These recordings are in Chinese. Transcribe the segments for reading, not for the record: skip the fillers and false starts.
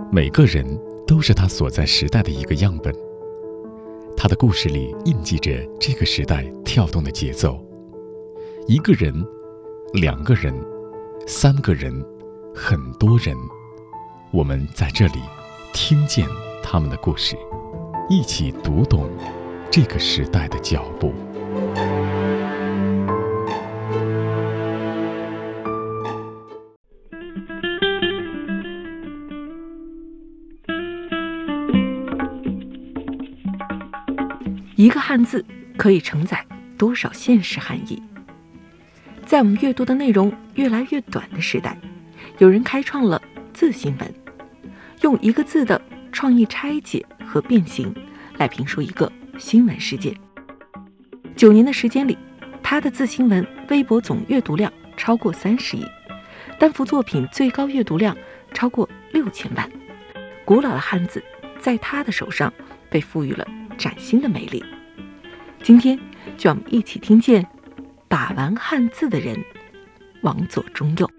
每个人都是他所在时代的一个样本，他的故事里印记着这个时代跳动的节奏。一个人，两个人，三个人，很多人，我们在这里听见他们的故事，一起读懂这个时代的脚步。 一个汉字可以承载多少现实含义？在我们阅读的内容越来越短的时代，有人开创了字新闻，用一个字的创意拆解和变形来评述一个新闻事件。9年的时间里，他的字新闻微博总阅读量超过30亿，单幅作品最高阅读量超过6000万。古老的汉字在他的手上被赋予了崭新的美丽。今天就让我们一起听见把玩汉字的人王左中右。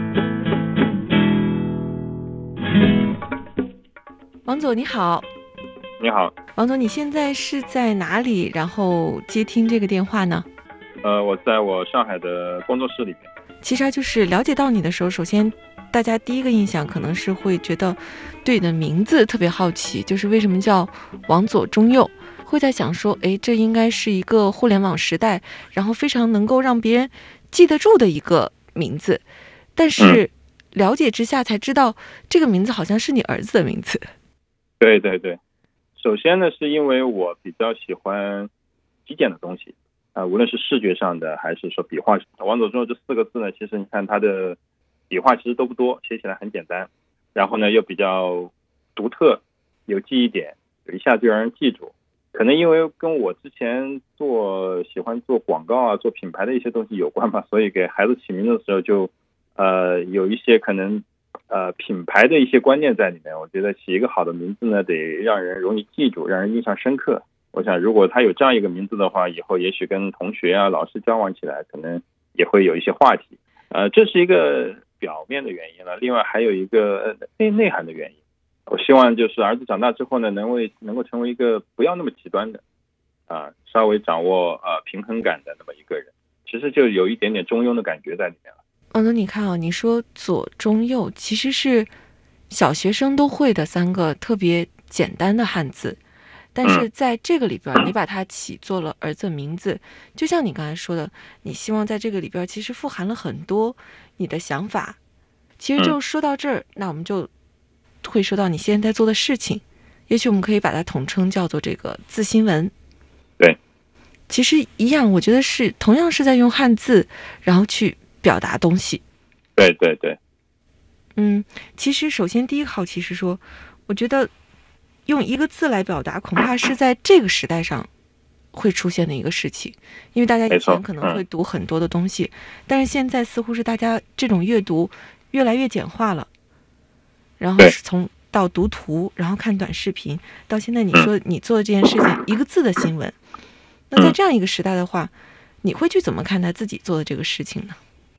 王左你好。 你好。 王左，你现在是在哪里，然后接听这个电话呢？ 我在我上海的工作室里面。 其实就是了解到你的时候，首先大家第一个印象可能是会觉得对你的名字特别好奇，就是为什么叫王左中右，会在想说，这应该是一个互联网时代，然后非常能够让别人记得住的一个名字。但是了解之下才知道，这个名字好像是你儿子的名字。 对对对，首先呢，是因为我比较喜欢极简的东西无论是视觉上的还是说笔画。王左中右这4个字呢，其实你看它的笔画其实都不多，写起来很简单，然后呢又比较独特，有记忆点，一下就让人记住。可能因为跟我之前喜欢做广告做品牌的一些东西有关吧，所以给孩子起名字的时候就有一些可能品牌的一些观念在里面。我觉得起一个好的名字呢，得让人容易记住，让人印象深刻。我想如果他有这样一个名字的话，以后也许跟同学老师交往起来可能也会有一些话题。这是一个表面的原因了，另外还有一个内涵的原因。我希望就是儿子长大之后呢，能够成为一个不要那么极端的稍微掌握平衡感的那么一个人。其实就有一点点中庸的感觉在里面了。 那你看你说左中右其实是小学生都会的3个特别简单的汉字，但是在这个里边你把它起做了儿子的名字，就像你刚才说的，你希望在这个里边其实富含了很多你的想法。其实就说到这儿，那我们就会说到你现在在做的事情，也许我们可以把它统称叫做这个字新闻。 对， 其实一样，我觉得是同样是在用汉字然后去表达东西。 对对对。 其实首先第一个好奇是说，我觉得用一个字来表达恐怕是在这个时代上会出现的一个事情，因为大家以前可能会读很多的东西，但是现在似乎是大家这种阅读越来越简化了，然后是从到读图，然后看短视频，到现在你说你做的这件事情一个字的新闻。那在这样一个时代的话，你会去怎么看待自己做的这个事情呢？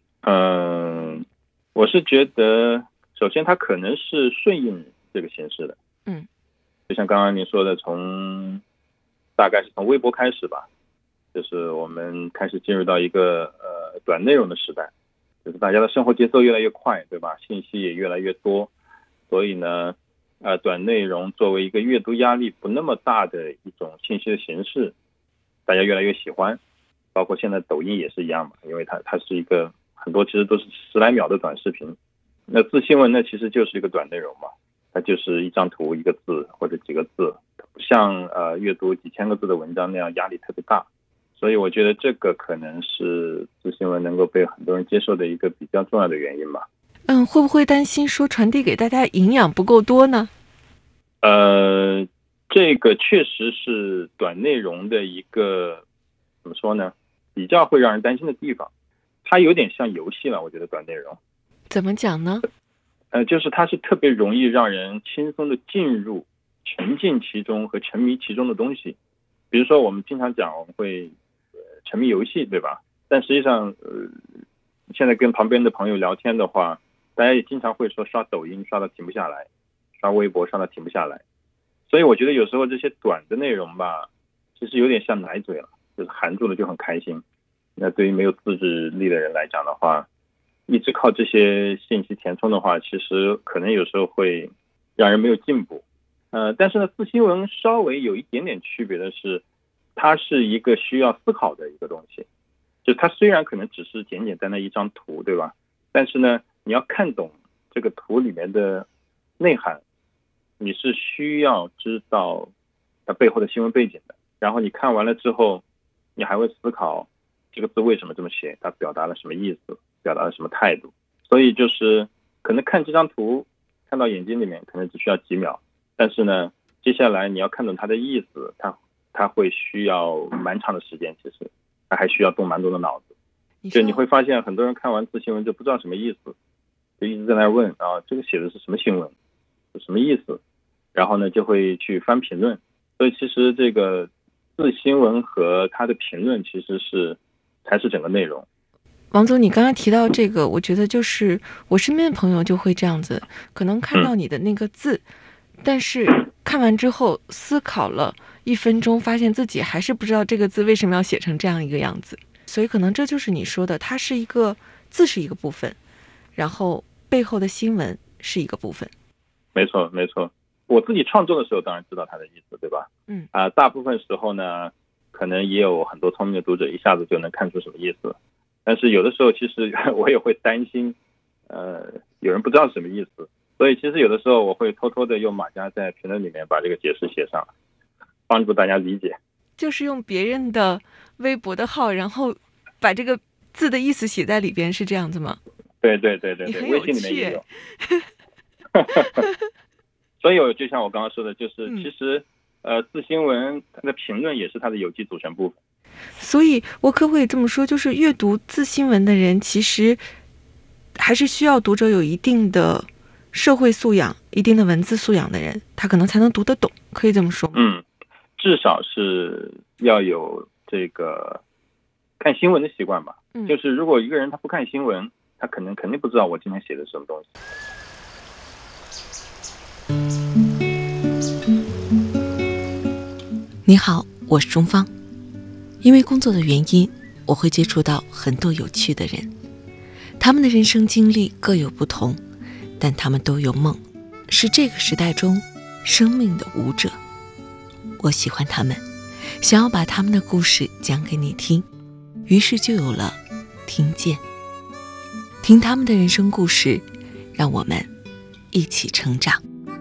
我是觉得首先它可能是顺应这个形式的。就像刚刚您说的，大概是从微博开始吧，就是我们开始进入到一个短内容的时代，就是大家的生活节奏越来越快，对吧？信息也越来越多，所以呢短内容作为一个阅读压力不那么大的一种信息的形式，大家越来越喜欢。包括现在抖音也是一样嘛，因为它是一个很多其实都是10来秒的短视频。那字新闻呢，其实就是一个短内容嘛，它就是一张图一个字或者几个字，不像阅读几千个字的文章那样压力特别大。所以我觉得这个可能是字新闻能够被很多人接受的一个比较重要的原因吧。 会不会担心说传递给大家营养不够多呢？ 这个确实是短内容的一个怎么说呢，比较会让人担心的地方。它有点像游戏了，我觉得短内容。 怎么讲呢？ 就是它是特别容易让人轻松的进入、沉浸其中和沉迷其中的东西。比如说我们经常讲我们会沉迷游戏，对吧？但实际上现在跟旁边的朋友聊天的话，大家也经常会说刷抖音刷到停不下来， 刷微博刷到停不下来。所以我觉得有时候这些短的内容吧，其实有点像奶嘴了，就是含住了就很开心。那对于没有自制力的人来讲的话，一直靠这些信息填充的话，其实可能有时候会让人没有进步。但是呢，自新闻稍微有一点点区别的是，它是一个需要思考的一个东西。就它虽然可能只是简简单单一张图，对吧？但是呢，你要看懂这个图里面的内涵，你是需要知道它背后的新闻背景的。然后你看完了之后，你还会思考这个字为什么这么写，它表达了什么意思，表达了什么态度。所以就是可能看这张图看到眼睛里面可能只需要几秒，但是呢，接下来你要看懂它的意思，它会需要蛮长的时间，其实它还需要动蛮多的脑子。就你会发现很多人看完字新闻就不知道什么意思，就一直在那问啊，这个写的是什么新闻，是什么意思，然后呢就会去翻评论。所以其实这个字新闻和它的评论其实才是整个内容。 王总，你刚刚提到这个，我觉得就是我身边的朋友就会这样子，可能看到你的那个字，但是看完之后思考了1分钟，发现自己还是不知道这个字为什么要写成这样一个样子。所以可能这就是你说的，它是一个字是一个部分，然后背后的新闻是一个部分。 没错没错，我自己创作的时候当然知道它的意思，对吧？大部分时候呢，可能也有很多聪明的读者一下子就能看出什么意思。但是有的时候其实我也会担心有人不知道什么意思，所以其实有的时候我会偷偷的用马甲在评论里面把这个解释写上，帮助大家理解。 就是用别人的微博的号，然后把这个字的意思写在里边，是这样子吗？ 对对对对对，微信里面也有。所以就像我刚刚说的，就是其实字新闻它的评论也是它的有机组成部分。 所以我可不可以这么说，就是阅读字新闻的人其实还是需要读者有一定的社会素养、一定的文字素养的人，他可能才能读得懂，可以这么说吗？ 至少是要有这个看新闻的习惯吧。就是如果一个人他不看新闻，他肯定不知道我今天写的是什么东西。 你好，我是钟芳。因为工作的原因，我会接触到很多有趣的人，他们的人生经历各有不同，但他们都有梦，是这个时代中生命的舞者。我喜欢他们，想要把他们的故事讲给你听，于是就有了听见。听他们的人生故事，让我们一起成长。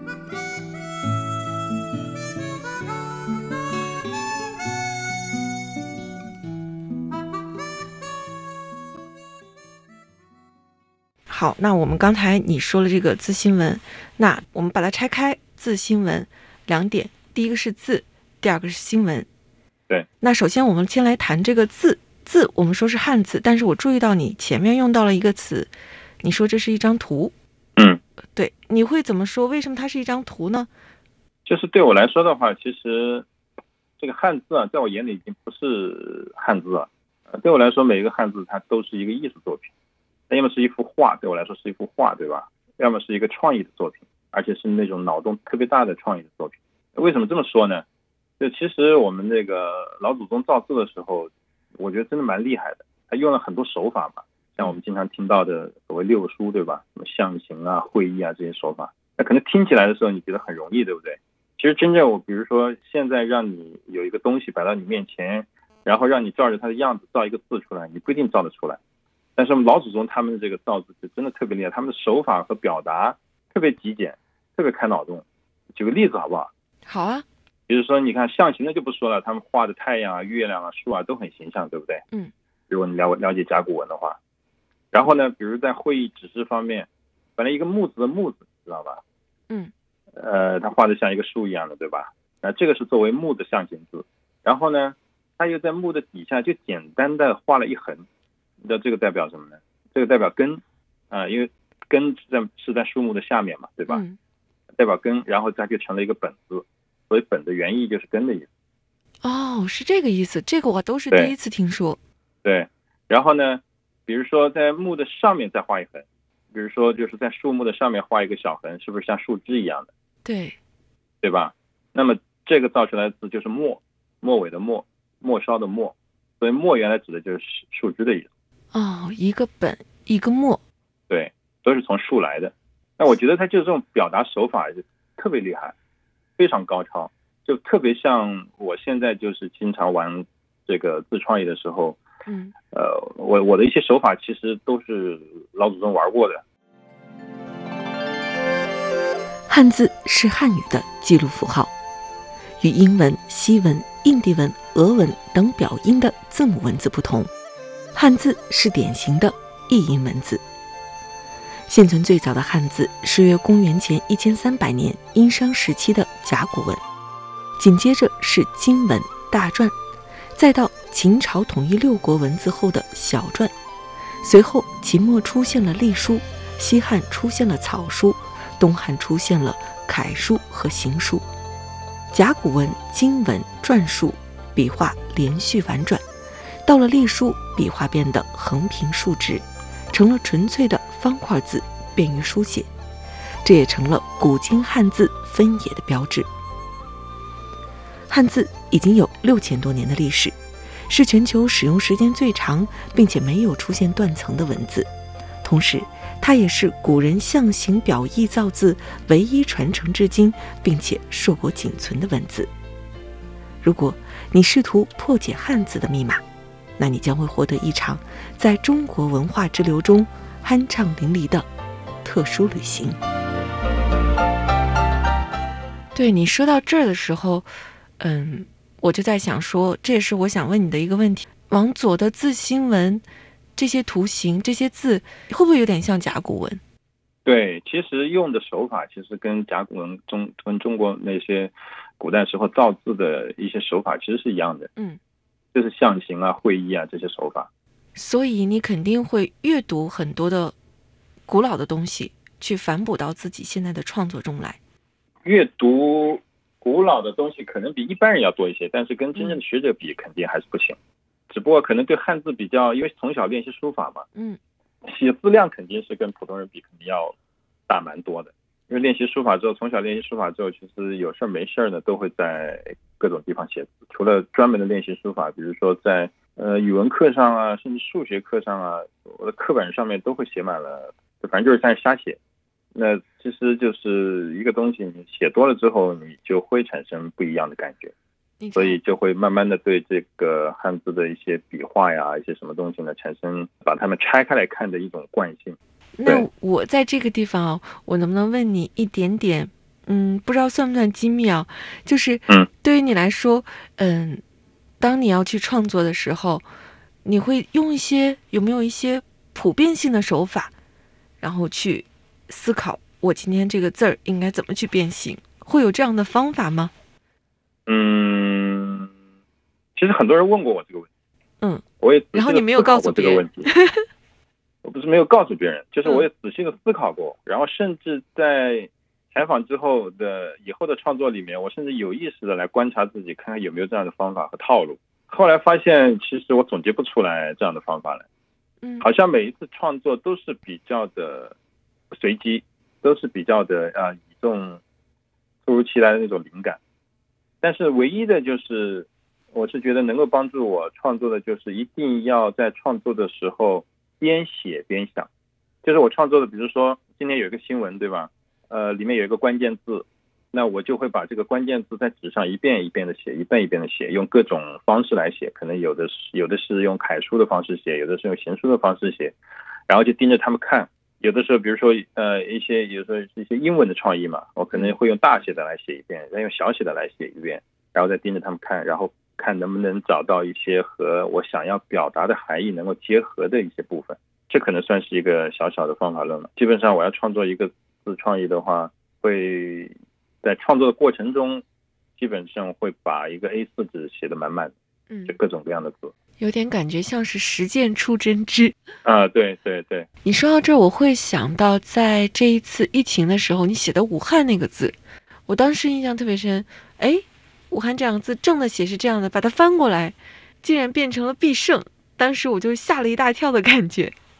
好，那我们刚才你说了这个字新闻，那我们把它拆开，字新闻2点，第一个是字，第二个是新闻。 对。 那首先我们先来谈这个字，我们说是汉字，但是我注意到你前面用到了一个词，你说这是一张图。对，你会怎么说？为什么它是一张图呢？ 就是对我来说的话，其实这个汉字啊，在我眼里已经不是汉字了。对我来说，每一个汉字它都是一个艺术作品。要么是一幅画，对我来说是一幅画，对吧？要么是一个创意的作品，而且是那种脑洞特别大的创意的作品。为什么这么说呢？就其实我们那个老祖宗造字的时候，我觉得真的蛮厉害的，他用了很多手法嘛，像我们经常听到的所谓六书，对吧？什么象形啊、会意啊这些手法，那可能听起来的时候你觉得很容易，对不对？其实真正我比如说现在让你有一个东西摆到你面前，然后让你照着它的样子造一个字出来，你不一定造得出来。但是老祖宗他们的这个造字是真的特别厉害，他们的手法和表达特别极简，特别开脑洞。举个例子好不好？ 好啊。 比如说你看象形的就不说了，他们画的太阳啊、月亮啊、树啊都很形象，对不对？如果你了解甲骨文的话。然后呢，比如在会议指示方面，本来一个木字的木字，知道吧？它画的像一个树一样的，对吧？那这个是作为木的象形字。然后呢，它又在木的底下就简单的画了一横。你知道这个代表什么呢？这个代表根，因为根是在树木的下面嘛，对吧？代表根，然后它就成了一个本字，所以本的原意就是根的意思。 哦，是这个意思，这个我都是第一次听说。 对，然后呢，比如说在木的上面再画一横，比如说就是在树木的上面画一个小横，是不是像树枝一样的？ 对， 对吧？那么这个造出来的字就是末，末尾的末，末梢的末，所以末原来指的就是树枝的意思。 哦，一个本，一个末。 对，都是从树来的。那我觉得他就这种表达手法就特别厉害，非常高超，就特别像我现在就是经常玩这个自创意的时候，我的一些手法其实都是老祖宗玩过的。 汉字是汉语的记录符号，与英文、西文、印地文、俄文等表音的字母文字不同，汉字是典型的译音文字。现存最早的汉字是约公元前1300年殷商时期的甲骨文，紧接着是金文、大篆，再到秦朝统一6国文字后的小篆，随后秦末出现了隶书，西汉出现了草书，东汉出现了楷书和行书。甲骨文、金文、篆书笔画连续婉转，到了隶书，笔画变得横平竖直，成了纯粹的方块字，便于书写，这也成了古今汉字分野的标志。汉字已经有6000多年的历史，是全球使用时间最长并且没有出现断层的文字，同时它也是古人象形表意造字唯一传承至今并且硕果仅存的文字。如果你试图破解汉字的密码，那你将会获得一场在中国文化之流中酣畅淋漓的特殊旅行。对，你说到这儿的时候，我就在想说，这也是我想问你的一个问题。往左的字新文，这些图形、这些字，会不会有点像甲骨文？ 对，其实用的手法其实跟甲骨文跟中国那些古代时候造字的一些手法其实是一样的。就是象形啊、会意啊这些手法。 所以你肯定会阅读很多的古老的东西，去反哺到自己现在的创作中来。 阅读古老的东西可能比一般人要多一些，但是跟真正的学者比，肯定还是不行。只不过可能对汉字比较，因为从小练习书法嘛，写字量肯定是跟普通人比肯定要大蛮多的。因为练习书法之后，从小练习书法之后，其实有事没事呢，都会在各种地方写字。除了专门的练习书法，比如说在语文课上啊，甚至数学课上啊，我的课本上面都会写满了，反正就是在瞎写。那其实就是一个东西，你写多了之后，你就会产生不一样的感觉，所以就会慢慢的对这个汉字的一些笔画呀，一些什么东西呢，产生把它们拆开来看的一种惯性。 那我在这个地方我能不能问你一点点，不知道算不算机密啊？就是对于你来说，当你要去创作的时候，你会用有没有一些普遍性的手法，然后去思考我今天这个字儿应该怎么去变形，会有这样的方法吗？ 其实很多人问过我这个问题，我也然后你没有告诉别人。 我不是没有告诉别人，就是我也仔细的思考过，然后甚至在采访之后的以后的创作里面，我甚至有意识的来观察自己，看看有没有这样的方法和套路。后来发现，其实我总结不出来这样的方法来。好像每一次创作都是比较的随机，都是比较的一种突如其来的那种灵感。但是唯一的就是，我是觉得能够帮助我创作的，就是一定要在创作的时候边写边想。就是我创作的，比如说今天有一个新闻，对吧？里面有一个关键字，那我就会把这个关键字在纸上一遍一遍的写，一遍一遍的写，用各种方式来写，可能有的是用楷书的方式写，有的是用行书的方式写，然后就盯着他们看。有的时候，比如说有时候是一些英文的创意嘛，我可能会用大写的来写一遍，再用小写的来写一遍，然后再盯着他们看，然后看能不能找到一些和我想要表达的含义能够结合的一些部分。这可能算是一个小小的方法论了。基本上我要创作一个字创意的话，会在创作的过程中，基本上会把一个 A4 纸写得满满的，就各种各样的字。 有点感觉像是实践出真知对对对。 你说到这儿，我会想到在这一次疫情的时候，你写的武汉那个字，我当时印象特别深。武汉这两个字正的写是这样的，把它翻过来，竟然变成了必胜，当时我就吓了一大跳的感觉。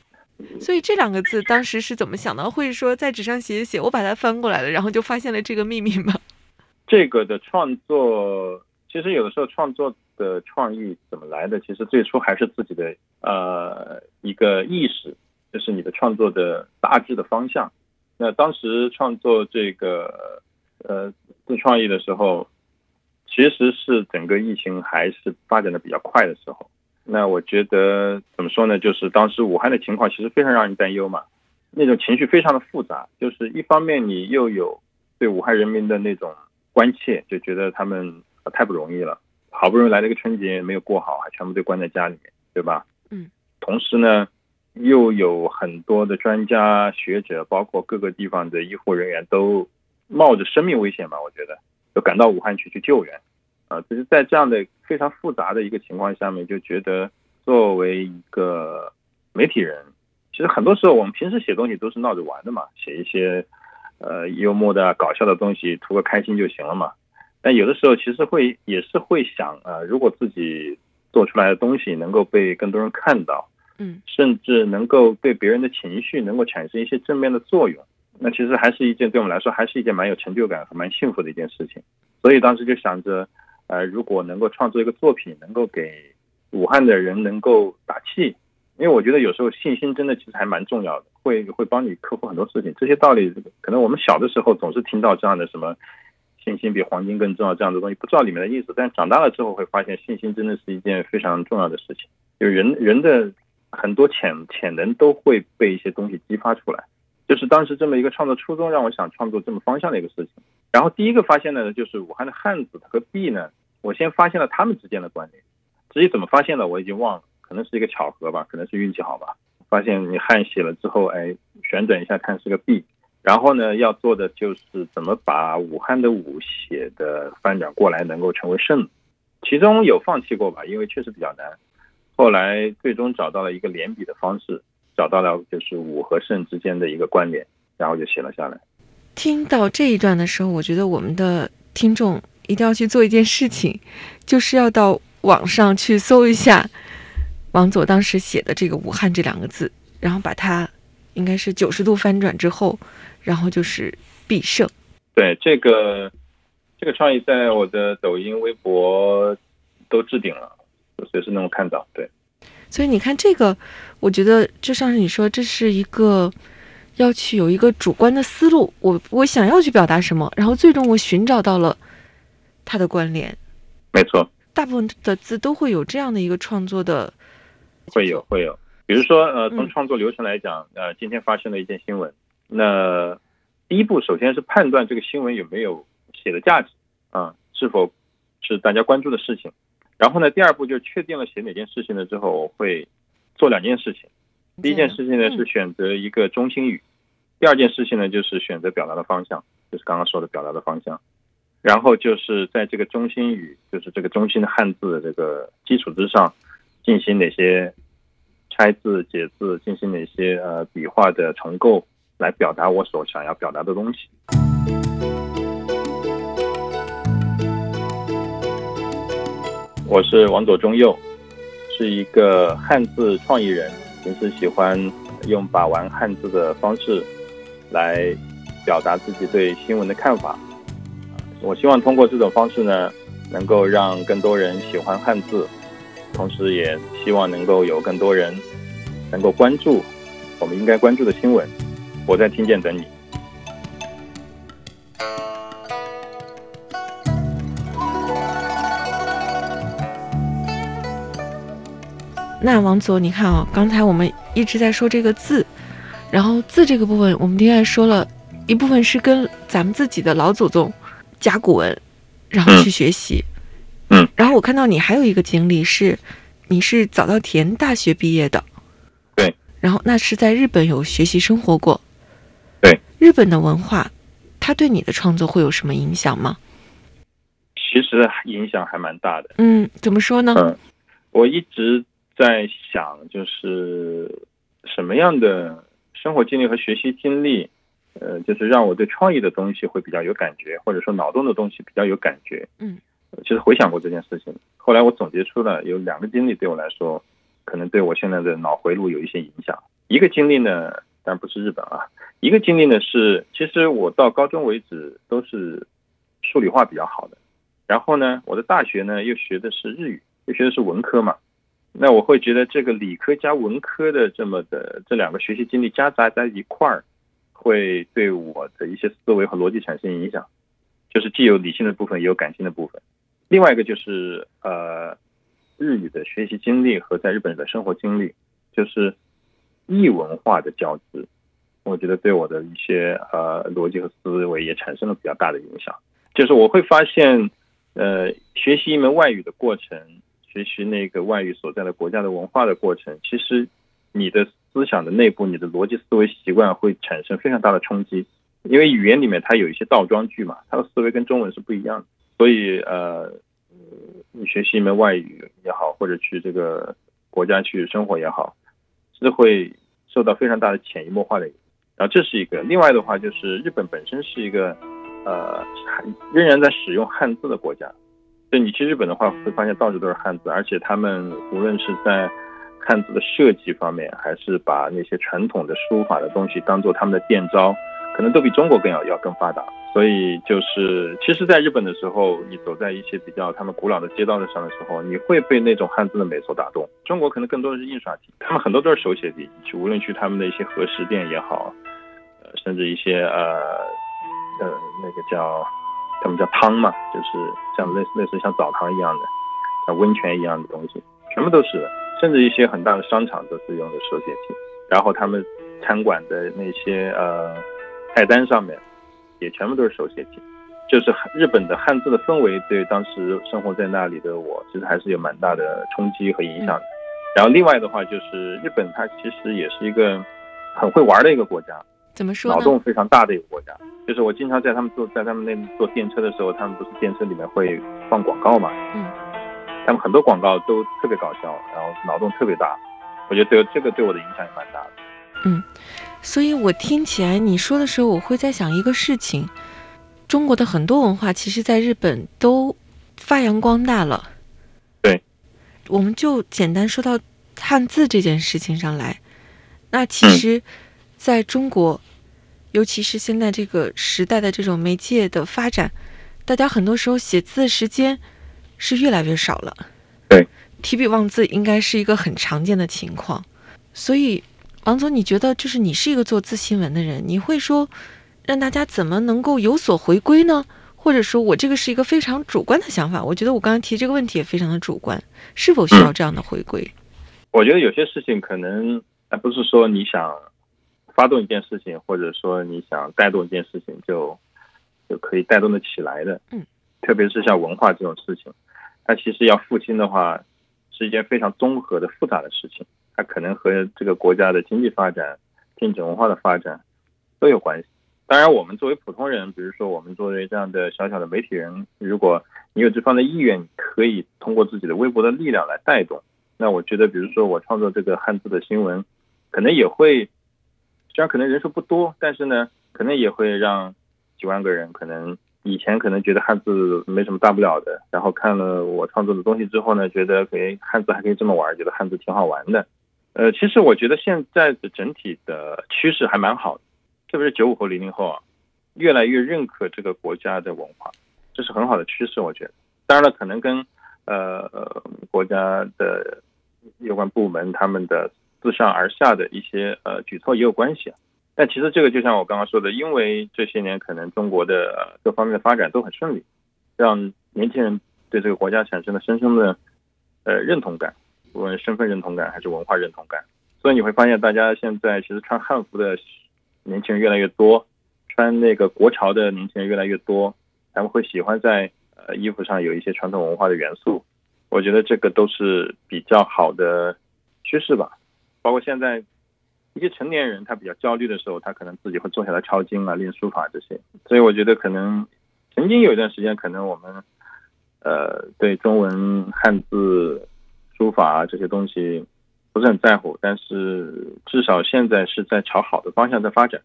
所以这两个字当时是怎么想的？会说在纸上写一写，我把它翻过来了，然后就发现了这个秘密吗？ 这个的创作，其实有的时候创作的创意怎么来的？其实最初还是自己的一个意识，就是你的创作的大致的方向。那当时创作这个自创意的时候，其实是整个疫情还是发展的比较快的时候。那我觉得怎么说呢？就是当时武汉的情况其实非常让人担忧嘛，那种情绪非常的复杂。就是一方面你又有对武汉人民的那种关切，就觉得他们太不容易了，好不容易来了一个春节没有过好，还全部都关在家里面，对吧？同时呢，又有很多的专家学者，包括各个地方的医护人员都冒着生命危险吧，我觉得就赶到武汉去救援。就是在这样的非常复杂的一个情况下面，就觉得作为一个媒体人，其实很多时候我们平时写东西都是闹着玩的嘛，写一些幽默的搞笑的东西，图个开心就行了嘛。但有的时候其实也是会想如果自己做出来的东西能够被更多人看到，甚至能够对别人的情绪能够产生一些正面的作用，那其实还是一件对我们来说还是一件蛮有成就感和蛮幸福的一件事情。所以当时就想着如果能够创作一个作品，能够给武汉的人能够打气，因为我觉得有时候信心真的其实还蛮重要的，会帮你克服很多事情。这些道理可能我们小的时候总是听到这样的什么信心比黄金更重要这样的东西，不知道里面的意思，但长大了之后会发现信心真的是一件非常重要的事情。就人的很多潜能都会被一些东西激发出来，就是当时这么一个创作初衷让我想创作这么方向的一个事情。然后第一个发现呢，就是武汉的汉字和币呢，我先发现了他们之间的关联，至于怎么发现的我已经忘了，可能是一个巧合吧，可能是运气好吧。发现你汉写了之后，旋转一下看是个币，然后呢要做的就是怎么把武汉的武写的翻转过来能够成为胜，其中有放弃过吧，因为确实比较难。后来最终找到了一个连笔的方式，找到了就是武和胜之间的一个关联，然后就写了下来。 听到这一段的时候，我觉得我们的听众一定要去做一件事情，就是要到网上去搜一下王佐当时写的这个武汉这两个字，然后把它应该是90度翻转之后，然后就是必胜。 对，这个创意在我的抖音微博都置顶了，随时能够看到。对， 所以你看这个，我觉得就像是你说，这是一个要去有一个主观的思路，我想要去表达什么，然后最终我寻找到了它的关联。 没错， 大部分的字都会有这样的一个创作的， 会有，比如说从创作流程来讲，今天发生了一件新闻，那第一步首先是判断这个新闻有没有写的价值是否是大家关注的事情。然后呢，第二步就确定了写哪件事情了之后，我会做两件事情。第一件事情呢是选择一个中心语，第二件事情呢就是选择表达的方向，就是刚刚说的表达的方向。然后就是在这个中心语，就是这个中心的汉字的这个基础之上，进行哪些拆字解字，进行哪些笔画的重构，来表达我所想要表达的东西。我是王佐中佑，是一个汉字创意人，平时喜欢用把玩汉字的方式来表达自己对新闻的看法。我希望通过这种方式呢，能够让更多人喜欢汉字，同时也希望能够有更多人能够关注我们应该关注的新闻。我在听见等你。 那王佐，你看刚才我们一直在说这个字，然后字这个部分，我们应该说了一部分是跟咱们自己的老祖宗甲骨文，然后去学习。然后我看到你还有一个经历是，你是早稻田大学毕业的。 对。 然后那是在日本有学习生活过。 对。 日本的文化，它对你的创作会有什么影响吗？ 其实影响还蛮大的。 怎么说呢？ 我一直在想，就是什么样的生活经历和学习经历，就是让我对创意的东西会比较有感觉，或者说脑洞的东西比较有感觉。其实回想过这件事情，后来我总结出了有2个经历对我来说，可能对我现在的脑回路有一些影响。 一个经历呢，当然不是日本啊，一个经历呢是，其实我到高中为止都是数理化比较好的，然后呢，我的大学呢又学的是日语，又学的是文科嘛，那我会觉得这个理科加文科的这两个学习经历夹杂在一块儿，会对我的一些思维和逻辑产生影响，就是既有理性的部分，也有感性的部分。另外一个就是日语的学习经历和在日本的生活经历，就是异文化的交织，我觉得对我的一些逻辑和思维也产生了比较大的影响。就是我会发现，学习一门外语的过程，学习那个外语所在的国家的文化的过程，其实你的思想的内部，你的逻辑思维习惯会产生非常大的冲击，因为语言里面它有一些倒装句嘛，它的思维跟中文是不一样的，所以你学习一门外语也好，或者去这个国家去生活也好，是会受到非常大的潜移默化的影响。然后这是一个，另外的话就是日本本身是一个仍然在使用汉字的国家，所以你去日本的话会发现到处都是汉字，而且他们无论是在汉字的设计方面，还是把那些传统的书法的东西当做他们的店招，可能都比中国要更发达。所以就是其实在日本的时候，你走在一些比较他们古老的街道上的时候，你会被那种汉字的美所打动。中国可能更多的是印刷体，他们很多都是手写体，无论去他们的一些和食店也好，甚至一些那个叫他们叫汤嘛，就是像类似像澡堂一样的，像温泉一样的东西，全部都是的。甚至一些很大的商场都是用的手写体，然后他们餐馆的那些菜单上面也全部都是手写体。就是日本的汉字的氛围对当时生活在那里的我其实还是有蛮大的冲击和影响的。然后另外的话就是日本它其实也是一个很会玩的一个国家， 怎么说呢？ 脑洞非常大的一个国家。就是我经常在他们那坐电车的时候，他们不是电车里面会放广告嘛，他们很多广告都特别搞笑，然后脑洞特别大，我觉得这个对我的影响也蛮大的。 所以我听起来你说的时候，我会在想一个事情，中国的很多文化其实在日本都发扬光大了。 对， 我们就简单说到汉字这件事情上来，那其实在中国，尤其是现在这个时代的这种媒介的发展，大家很多时候写字时间是越来越少了。 对， 提笔忘字应该是一个很常见的情况。所以王总，你觉得就是你是一个做字新闻的人，你会说让大家怎么能够有所回归呢？或者说我这个是一个非常主观的想法，我觉得我刚刚提这个问题也非常的主观，是否需要这样的回归？ 我觉得有些事情可能不是说你想发动一件事情，或者说你想带动一件事情就可以带动得起来的。特别是像文化这种事情，它其实要复兴的话是一件非常综合的复杂的事情，它可能和这个国家的经济发展、政治文化的发展都有关系。当然我们作为普通人，比如说我们作为这样的小小的媒体人，如果你有这方的意愿，你可以通过自己的微薄的力量来带动。那我觉得比如说我创作这个汉字的新闻，可能也会，虽然可能人数不多，但是呢可能也会让几万个人，可能以前可能觉得汉字没什么大不了的，然后看了我创作的东西之后呢，觉得汉字还可以这么玩，觉得汉字挺好玩的。其实我觉得现在的整体的趋势还蛮好的，特别是95后、00后越来越认可这个国家的文化，这是很好的趋势，我觉得。当然了，可能跟国家的有关部门他们的自上而下的一些举措也有关系。但其实这个就像我刚刚说的，因为这些年可能中国的各方面的发展都很顺利，让年轻人对这个国家产生了深深的认同感，无论身份认同感还是文化认同感。所以你会发现大家现在其实穿汉服的年轻人越来越多，穿那个国潮的年轻人越来越多，他们会喜欢在衣服上有一些传统文化的元素。我觉得这个都是比较好的趋势吧。包括现在一些成年人他比较焦虑的时候，他可能自己会坐下来抄经啊、练书法这些。所以我觉得可能曾经有一段时间，可能我们对中文汉字书法这些东西不是很在乎，但是至少现在是在朝好的方向在发展。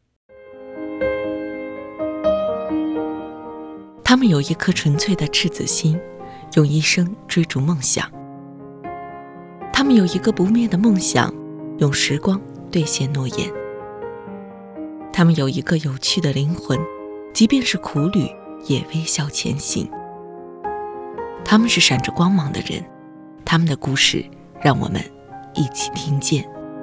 他们有一颗纯粹的赤子心，用一生追逐梦想。他们有一个不灭的梦想，用时光兑现诺言。他们有一个有趣的灵魂，即便是苦旅也微笑前行。他们是闪着光芒的人，他们的故事让我们一起听见。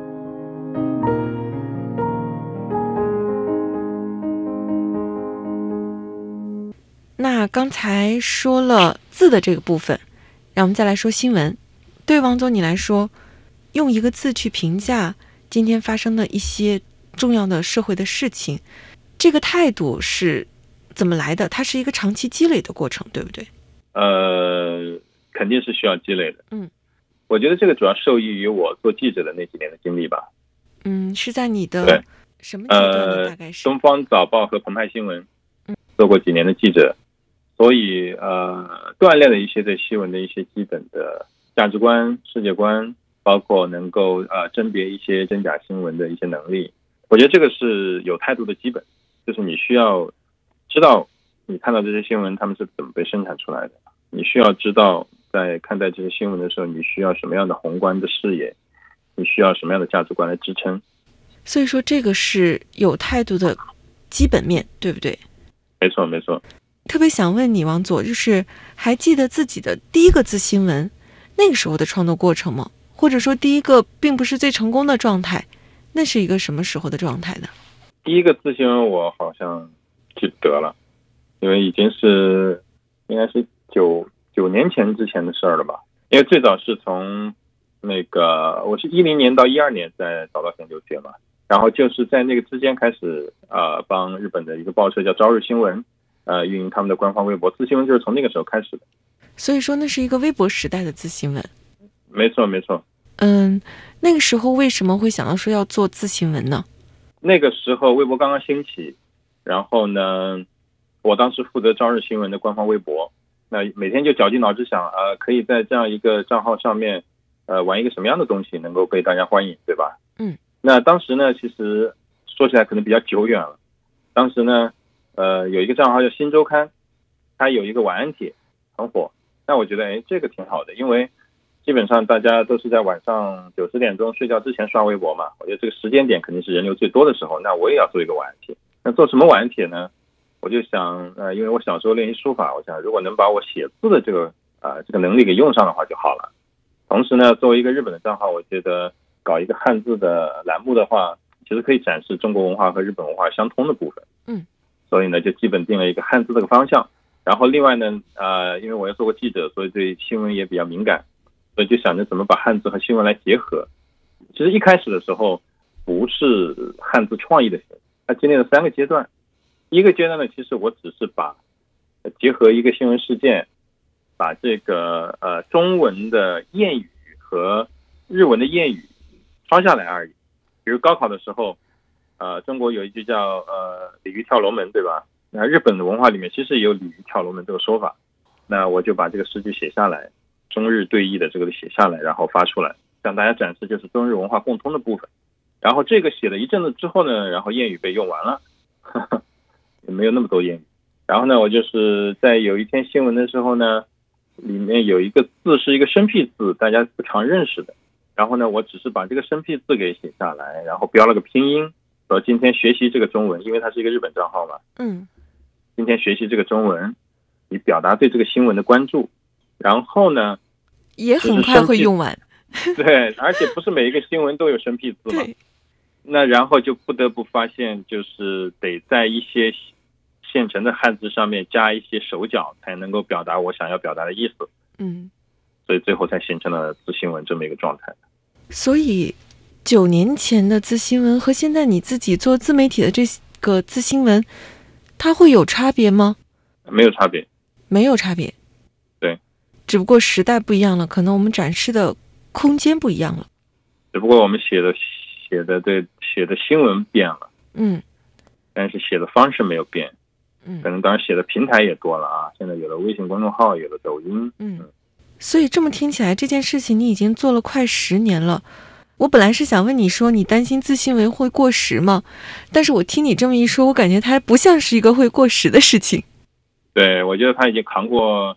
那刚才说了字的这个部分，让我们再来说新闻。对王总你来说，用一个字去评价今天发生的一些重要的社会的事情，这个态度是怎么来的？它是一个长期积累的过程，对不对？ 肯定是需要积累的。我觉得这个主要受益于我做记者的那几年的经历吧。 是在你的什么阶段呢？大概是东方早报和澎湃新闻做过几年的记者，所以锻炼了一些对新闻的一些基本的价值观、世界观，包括能够甄别一些真假新闻的一些能力。我觉得这个是有态度的基本，就是你需要知道你看到这些新闻他们是怎么被生产出来的，你需要知道在看待这些新闻的时候，你需要什么样的宏观的视野，你需要什么样的价值观来支撑。 所以说这个是有态度的基本面，对不对？ 没错没错。 特别想问你王佐，就是还记得自己的第一个字新闻那个时候的创作过程吗？或者说第一个并不是最成功的状态，那是一个什么时候的状态呢？ 第一个字新闻我好像记不得了，因为已经是应该是九年前之前的事儿了吧。因为最早是从我是10年到12年在早稻田留学嘛，然后就是在那个之间开始帮日本的一个报社叫朝日新闻运营他们的官方微博，字新闻就是从那个时候开始的。 所以说那是一个微博时代的字新闻。 没错没错。 那个时候为什么会想到说要做字新闻呢？ 那个时候微博刚刚兴起，然后呢我当时负责朝日新闻的官方微博，那每天就绞尽脑汁想可以在这样一个账号上面玩一个什么样的东西能够被大家欢迎，对吧？那当时呢其实说起来可能比较久远了。当时呢有一个账号叫新周刊，它有一个晚安帖很火，那我觉得这个挺好的，因为基本上大家都是在晚上9、10点钟睡觉之前刷微博嘛，我觉得这个时间点肯定是人流最多的时候，那我也要做一个晚安帖。那做什么晚安帖呢？我就想因为我小时候练习书法，我想如果能把我写字的这个能力给用上的话就好了。同时呢作为一个日本的账号，我觉得搞一个汉字的栏目的话，其实可以展示中国文化和日本文化相通的部分。所以呢就基本定了一个汉字这个方向。然后另外呢因为我也做过记者，所以对新闻也比较敏感，所以就想着怎么把汉字和新闻来结合。其实一开始的时候不是汉字创意的，它经历了3个阶段。第一个阶段呢，其实我只是把结合一个新闻事件，把这个中文的谚语和日文的谚语抄下来而已。比如高考的时候中国有一句叫鲤鱼跳龙门，对吧？那日本的文化里面其实也有鲤鱼跳龙门这个说法，那我就把这个诗句写下来，中日对译的这个写下来，然后发出来，向大家展示就是中日文化共通的部分。然后这个写了一阵子之后呢，然后谚语被用完了，也没有那么多谚语。然后呢我就是在有一篇新闻的时候呢，里面有一个字是一个生僻字，大家不常认识的，然后呢我只是把这个生僻字给写下来，然后标了个拼音，说今天学习这个中文，因为它是一个日本账号嘛，今天学习这个中文，以表达对这个新闻的关注。然后呢也很快会用完。 对，而且不是每一个新闻都有生僻字嘛。那然后就不得不发现，就是得在一些现成的汉字上面加一些手脚，才能够表达我想要表达的意思。所以最后才形成了字新闻这么一个状态。 所以9年前的字新闻和现在你自己做自媒体的这个字新闻，它会有差别吗？ 没有差别。 没有差别。 对， 只不过时代不一样了，可能我们展示的空间不一样了。 只不过我们写的新闻变了，但是写的方式没有变，可能当然写的平台也多了啊，现在有了微信公众号，有了抖音， 所以这么听起来，这件事情你已经做了快10年了。我本来是想问你说，你担心字新闻会过时吗？但是我听你这么一说，我感觉它不像是一个会过时的事情。 对，我觉得它已经扛过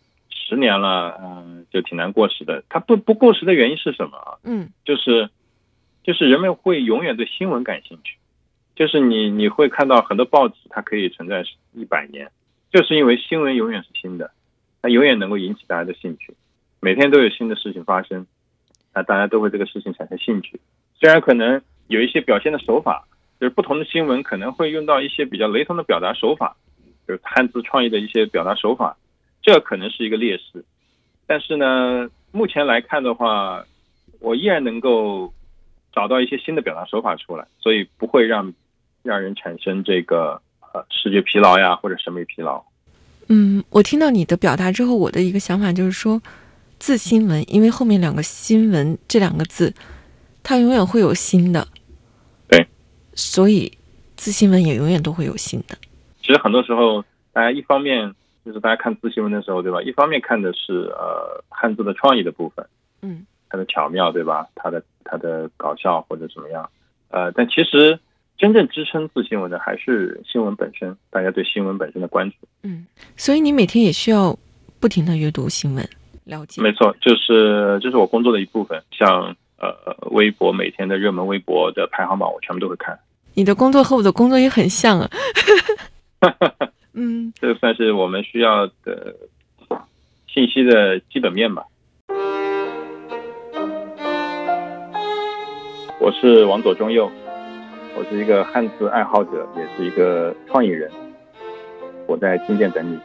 10年了，就挺难过时的。它不过时的原因是什么？就是就是人们会永远对新闻感兴趣，就是你会看到很多报纸它可以存在100年，就是因为新闻永远是新的，它永远能够引起大家的兴趣，每天都有新的事情发生，大家都会这个事情产生兴趣。虽然可能有一些表现的手法，就是不同的新闻可能会用到一些比较雷同的表达手法，就是汉字创意的一些表达手法，这可能是一个劣势。但是呢，目前来看的话，我依然能够找到一些新的表达手法出来，所以不会让人产生这个视觉疲劳呀，或者审美疲劳。 我听到你的表达之后，我的一个想法就是说，自新闻，因为后面2个新闻这2个字，它永远会有新的， 对， 所以自新闻也永远都会有新的。 其实很多时候，大家一方面就是大家看自新闻的时候，对吧？一方面看的是汉字的创意的部分，它的巧妙，对吧？它的搞笑或者怎么样，但其实真正支撑自新闻的还是新闻本身，大家对新闻本身的关注。 所以你每天也需要不停的阅读新闻，了解。 没错，这是我工作的一部分，像微博每天的热门微博的排行榜，我全部都会看。 你的工作和我的工作也很像啊。 这个算是我们需要的信息的基本面吧。我是王左中右，我是一个汉字爱好者，也是一个创意人，我在金店等你。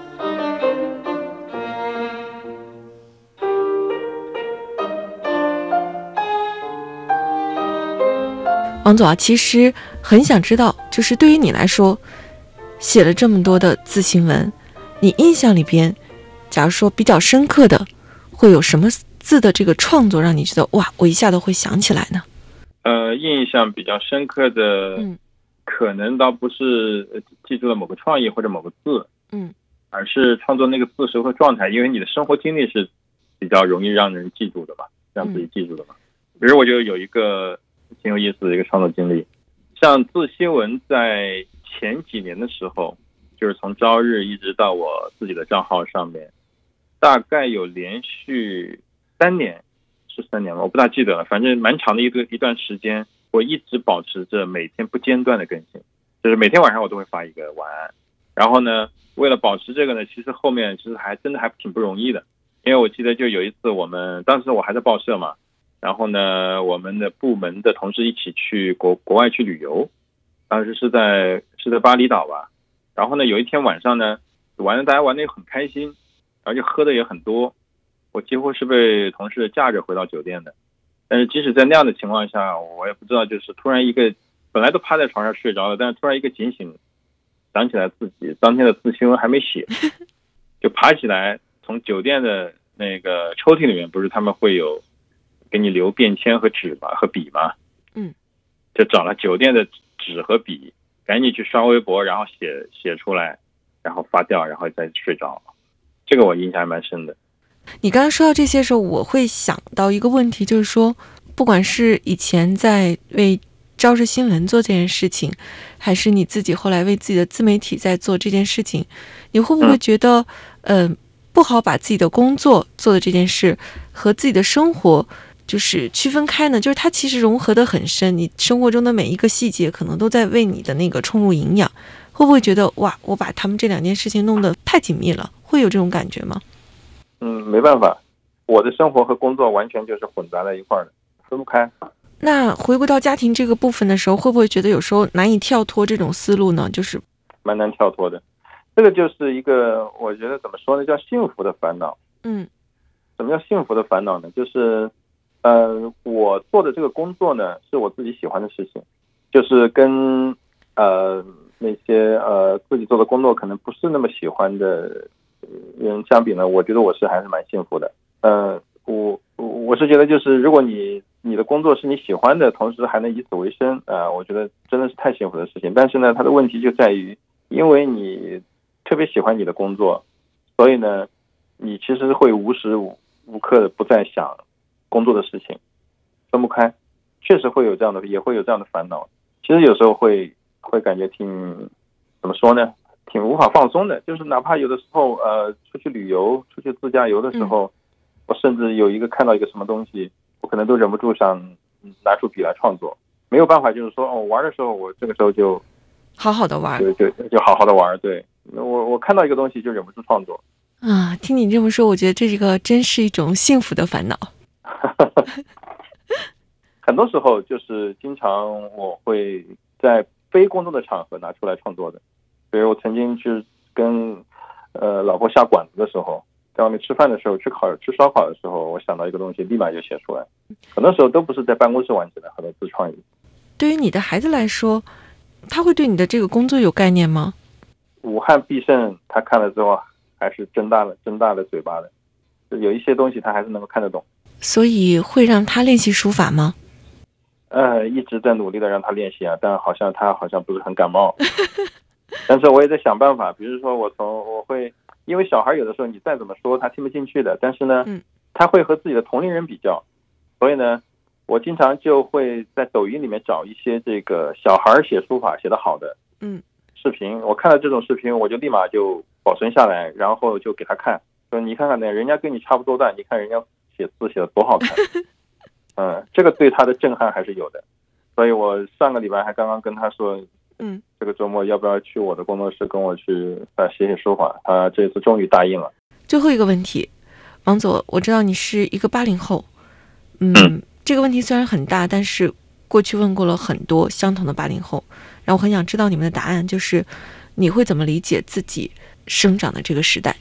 王总啊，其实很想知道，就是对于你来说，写了这么多的自新闻，你印象里边，假如说比较深刻的，会有什么字的这个创作让你觉得哇，我一下都会想起来呢？ 印象比较深刻的，可能倒不是记住了某个创意或者某个字，而是创作那个字时候的状态，因为你的生活经历是比较容易让人记住的嘛，让自己记住的嘛。比如我就有一个挺有意思的一个创作经历，像自新闻在前几年的时候，就是从朝日一直到我自己的账号上面，大概有连续3年，是3年吗？我不大记得了，反正蛮长的一段时间，我一直保持着每天不间断的更新，就是每天晚上我都会发一个晚安。然后呢，为了保持这个呢，其实后面其实还真的还挺不容易的，因为我记得就有一次当时我还在报社嘛，然后呢，我们的部门的同事一起去国外去旅游，当时是在巴厘岛吧。然后呢，有一天晚上呢，大家玩的也很开心，然后就喝的也很多，我几乎是被同事架着回到酒店的。但是即使在那样的情况下，我也不知道，就是突然本来都趴在床上睡着了，但是突然一个警醒，想起来自己当天的自新闻还没写，就爬起来，从酒店的那个抽屉里面，不是他们会有给你留便签和纸嘛和笔嘛，就找了酒店的纸和笔，赶紧去刷微博，然后写出来，然后发掉，然后再睡着。这个我印象还蛮深的。 你刚刚说到这些时候，我会想到一个问题，就是说，不管是以前在为朝日新闻做这件事情，还是你自己后来为自己的自媒体在做这件事情，你会不会觉得，不好把自己的工作做的这件事和自己的生活就是区分开呢？就是它其实融合得很深，你生活中的每一个细节可能都在为你的那个充入营养。会不会觉得哇，我把他们这2件事情弄得太紧密了？会有这种感觉吗？ 没办法，我的生活和工作完全就是混杂在一块儿的，分不开。 那回归到家庭这个部分的时候，会不会觉得有时候难以跳脱这种思路呢？就是蛮难跳脱的。这个就是一个，我觉得怎么说呢，叫幸福的烦恼。什么叫幸福的烦恼呢？就是我做的这个工作呢，是我自己喜欢的事情，就是跟那些自己做的工作可能不是那么喜欢的人相比呢，我觉得我还是蛮幸福的。我是觉得，就是如果你的工作是你喜欢的，同时还能以此为生，我觉得真的是太幸福的事情。但是呢，它的问题就在于，因为你特别喜欢你的工作，所以呢，你其实会无时无刻的不在想工作的事情，分不开，确实会有这样的，也会有这样的烦恼。其实有时候会感觉怎么说呢，挺无法放松的。就是哪怕有的时候出去旅游、出去自驾游的时候，我甚至看到一个什么东西，我可能都忍不住想拿出笔来创作，没有办法，就是说玩的时候我这个时候就好好的玩， 就好好的玩。对，我看到一个东西就忍不住创作。 啊，听你这么说，我觉得这个真是一种幸福的烦恼。 很多时候就是经常我会在非公众的场合拿出来创作的，比如我曾经去跟老婆下馆子的时候，在外面吃饭的时候，吃烧烤的时候，我想到一个东西，立马就写出来。很多时候都不是在办公室完成的，很多自创意。 对于你的孩子来说，他会对你的这个工作有概念吗？ 武汉必胜，他看了之后还是睁大了嘴巴的，就有一些东西他还是能够看得懂。 所以会让他练习书法吗？ 一直在努力的让他练习啊，但他好像不是很感冒。但是我也在想办法，比如说我会，因为小孩有的时候你再怎么说他听不进去的，但是呢，他会和自己的同龄人比较，所以呢，我经常就会在抖音里面找一些这个小孩写书法写得好的视频，我看到这种视频我就立马就保存下来，然后就给他看，说你看看呢，人家跟你差不多大，你看人家写字写得多好看。这个对他的震撼还是有的，所以我上个礼拜还刚刚跟他说，这个周末要不要去我的工作室跟我去写写书法，他这次终于答应了。 最后一个问题，王佐，我知道你是一个80后，这个问题虽然很大，但是过去问过了很多相同的80后，然后我很想知道你们的答案，就是你会怎么理解自己生长的这个时代？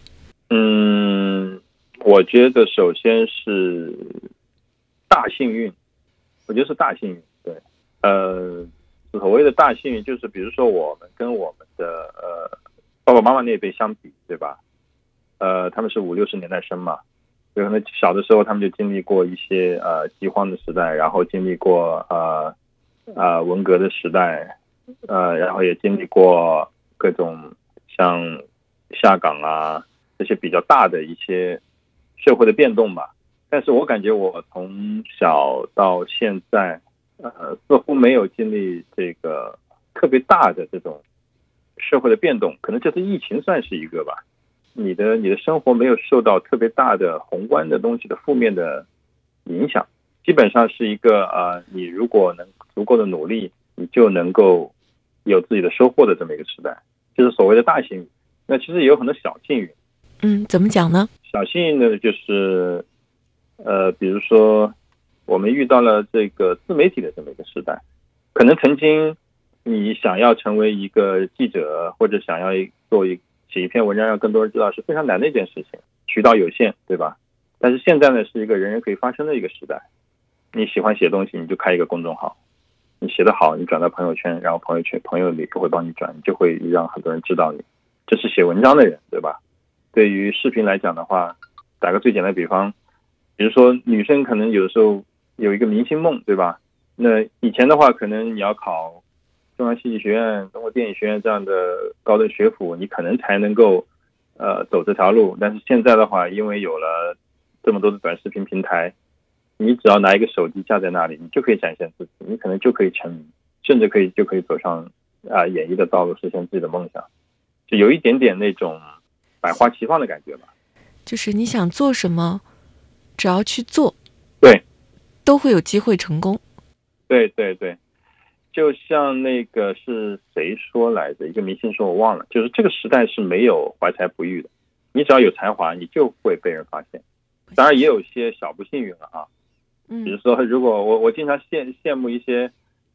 我觉得首先是大幸运，我觉得是大幸运。对，所谓的大幸运就是比如说我们跟我们的爸爸妈妈那辈相比，对吧？他们是50、60年代生嘛，有可能小的时候他们就经历过一些饥荒的时代，然后经历过文革的时代，然后也经历过各种像下岗啊这些比较大的一些社会的变动吧。但是我感觉我从小到现在，似乎没有经历这个特别大的这种社会的变动，可能这次疫情算是一个吧。你的生活没有受到特别大的宏观的东西的负面的影响，基本上是一个你如果能足够的努力，你就能够有自己的收获的这么一个时代，就是所谓的大幸运。那其实也有很多小幸运。 怎么讲呢？ 小幸运呢，就是比如说我们遇到了这个自媒体的这么一个时代，可能曾经你想要成为一个记者，或者想要写一篇文章让更多人知道是非常难的一件事情，渠道有限，对吧？但是现在呢，是一个人人可以发声的一个时代。你喜欢写东西，你就开一个公众号，你写得好，你转到朋友圈，然后朋友里会帮你转，你就会让很多人知道你。这是写文章的人，对吧？对于视频来讲的话，打个最简单的比方，比如说女生可能有的时候有一个明星梦，对吧？那以前的话，可能你要考中央戏剧学院、中国电影学院这样的高等学府，你可能才能够走这条路。但是现在的话，因为有了这么多的短视频平台，你只要拿一个手机架在那里，你就可以展现自己，你可能就可以成名，甚至就可以走上演艺的道路，实现自己的梦想，就有一点点那种百花齐放的感觉吧。 就是你想做什么，只要去做， 对， 都会有机会成功。 对对对，就像那个是谁说来的，一个明星说我忘了，就是这个时代是没有怀才不遇的，你只要有才华，你就会被人发现。当然也有些小不幸运了啊，比如说如果我经常羡慕一些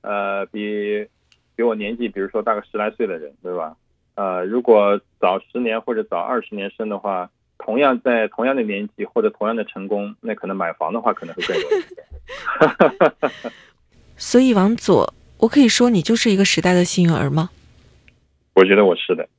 比我年纪比如说大个10来岁的人，对吧？如果早10年或者早20年生的话，在同样的年纪或者同样的成功，那可能买房的话可能会更容易一点。 所以王佐，我可以说你就是一个时代的幸运儿吗？ 我觉得我是的。